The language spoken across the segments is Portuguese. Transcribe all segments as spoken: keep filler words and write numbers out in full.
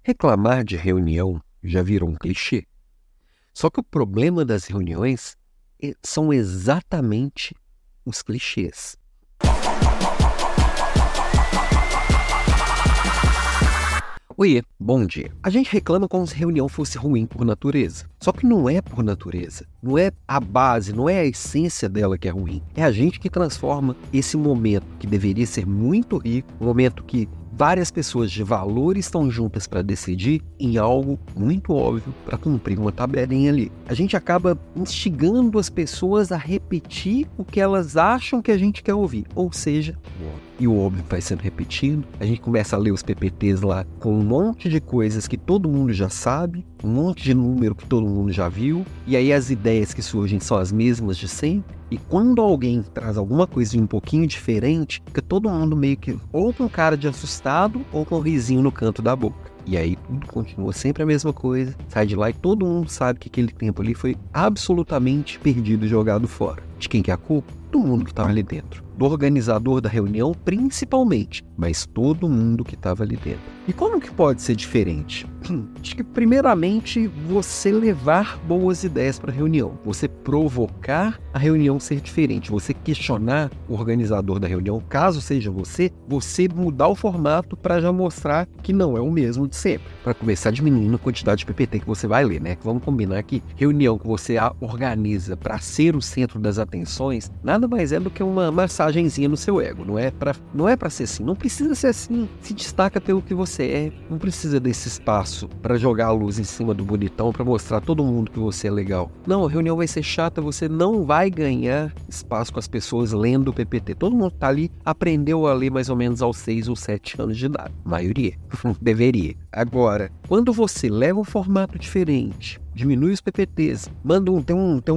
Reclamar de reunião já virou um clichê. Só que o problema das reuniões é- são exatamente os clichês. Oiê, bom dia. A gente reclama como se reunião fosse ruim por natureza. Só que não é por natureza. Não é a base, não é a essência dela que é ruim. É a gente que transforma esse momento que deveria ser muito rico, um momento que várias pessoas de valor estão juntas para decidir, em algo muito óbvio para cumprir uma tabelinha ali. A gente acaba instigando as pessoas a repetir o que elas acham que a gente quer ouvir. Ou seja, e o óbvio vai sendo repetido, a gente começa a ler os P P Ts lá com um monte de coisas que todo mundo já sabe, um monte de número que todo mundo já viu, e aí as ideias que surgem são as mesmas de sempre. E quando alguém traz alguma coisa um pouquinho diferente, fica todo mundo meio que ou com cara de assustado ou com um risinho no canto da boca. E aí tudo continua sempre a mesma coisa, sai de lá e todo mundo sabe que aquele tempo ali foi absolutamente perdido e jogado fora. De quem que é a culpa? Do mundo que estava ali dentro. Do organizador da reunião principalmente, mas todo mundo que estava ali dentro. E como que pode ser diferente? Acho que primeiramente você levar boas ideias para a reunião, você provocar a reunião ser diferente, você questionar o organizador da reunião, caso seja você, você mudar o formato para já mostrar que não é o mesmo de sempre, para começar diminuindo a quantidade de P P T que você vai ler, né? Vamos combinar que reunião que você organiza para ser o centro das atenções, nada mais é do que uma massagenzinha no seu ego, não é para não é para ser assim, não precisa ser assim, se destaca pelo que você é, não precisa desse espaço para jogar a luz em cima do bonitão, para mostrar a todo mundo que você é legal. Não, a reunião vai ser chata, você não vai ganhar espaço com as pessoas lendo o P P T. Todo mundo tá ali, aprendeu a ler mais ou menos aos seis ou sete anos de idade. A maioria. Deveria. Agora, quando você leva um formato diferente, diminui os P P Ts, manda um, tem, um, tem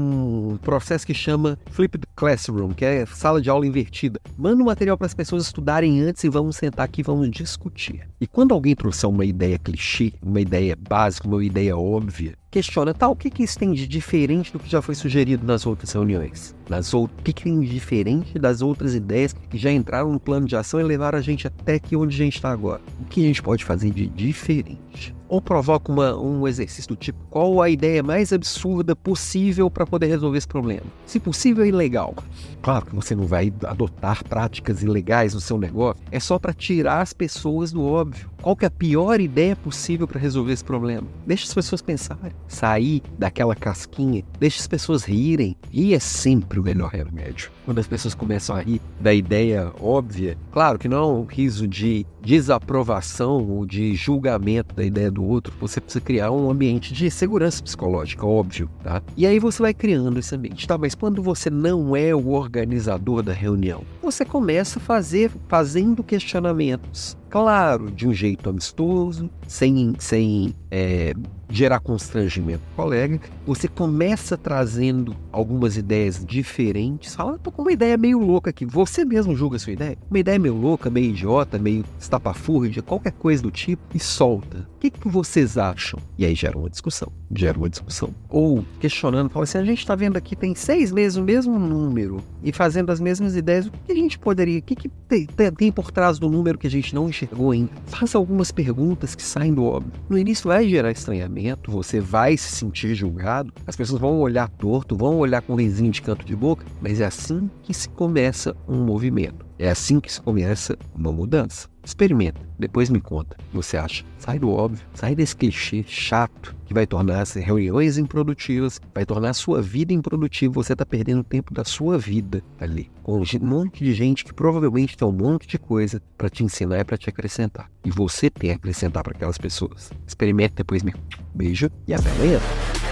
um processo que chama Flipped Classroom, que é sala de aula invertida. Manda um material para as pessoas estudarem antes e vamos sentar aqui e vamos discutir. E quando alguém trouxer uma ideia clichê, uma ideia básica, uma ideia óbvia, questiona, tá, o que, que isso tem de diferente do que já foi sugerido nas outras reuniões? Nas outras, o que, que tem de diferente das outras ideias que já entraram no plano de ação e levaram a gente até aqui onde a gente está agora? O que a gente pode fazer de diferente? Ou provoca uma, um exercício do tipo, qual a ideia mais absurda possível para poder resolver esse problema? Se possível, ilegal. Claro que você não vai adotar práticas ilegais no seu negócio, é só para tirar as pessoas do óbvio. Qual que é a pior ideia possível para resolver esse problema? Deixa as pessoas pensarem, sair daquela casquinha, deixa as pessoas rirem. Rir é sempre o melhor remédio. Quando as pessoas começam a rir da ideia óbvia, claro que não é um riso de desaprovação ou de julgamento da ideia do outro, você precisa criar um ambiente de segurança psicológica, óbvio, tá? E aí você vai criando esse ambiente, tá? Mas quando você não é o organizador da reunião, você começa a fazer, fazendo questionamentos. Claro, de um jeito amistoso, sem, sem é, gerar constrangimento com o colega. Você começa trazendo algumas ideias diferentes. Fala, tô com uma ideia meio louca aqui. Você mesmo julga a sua ideia. Uma ideia meio louca, meio idiota, meio estapafúrdia, qualquer coisa do tipo, e solta. O que, que vocês acham? E aí gera uma discussão. Gera uma discussão. Ou questionando, fala assim, a gente tá vendo aqui, tem seis meses o mesmo número, e fazendo as mesmas ideias, o que a gente poderia, o que, que tem, tem por trás do número que a gente não enxergou ainda? Faça algumas perguntas que saem do óbvio. No início vai gerar estranhamento, você vai se sentir julgado, as pessoas vão olhar torto, vão olhar com um risinho de canto de boca, mas é assim que se começa um movimento. É assim que se começa uma mudança. Experimenta, depois me conta o que você acha. Sai do óbvio, sai desse clichê chato que vai tornar as reuniões improdutivas, vai tornar a sua vida improdutiva. Você está perdendo o tempo da sua vida ali, com um monte de gente que provavelmente tem um monte de coisa para te ensinar e para te acrescentar. E você tem a acrescentar para aquelas pessoas. Experimente, depois me beijo e até amanhã.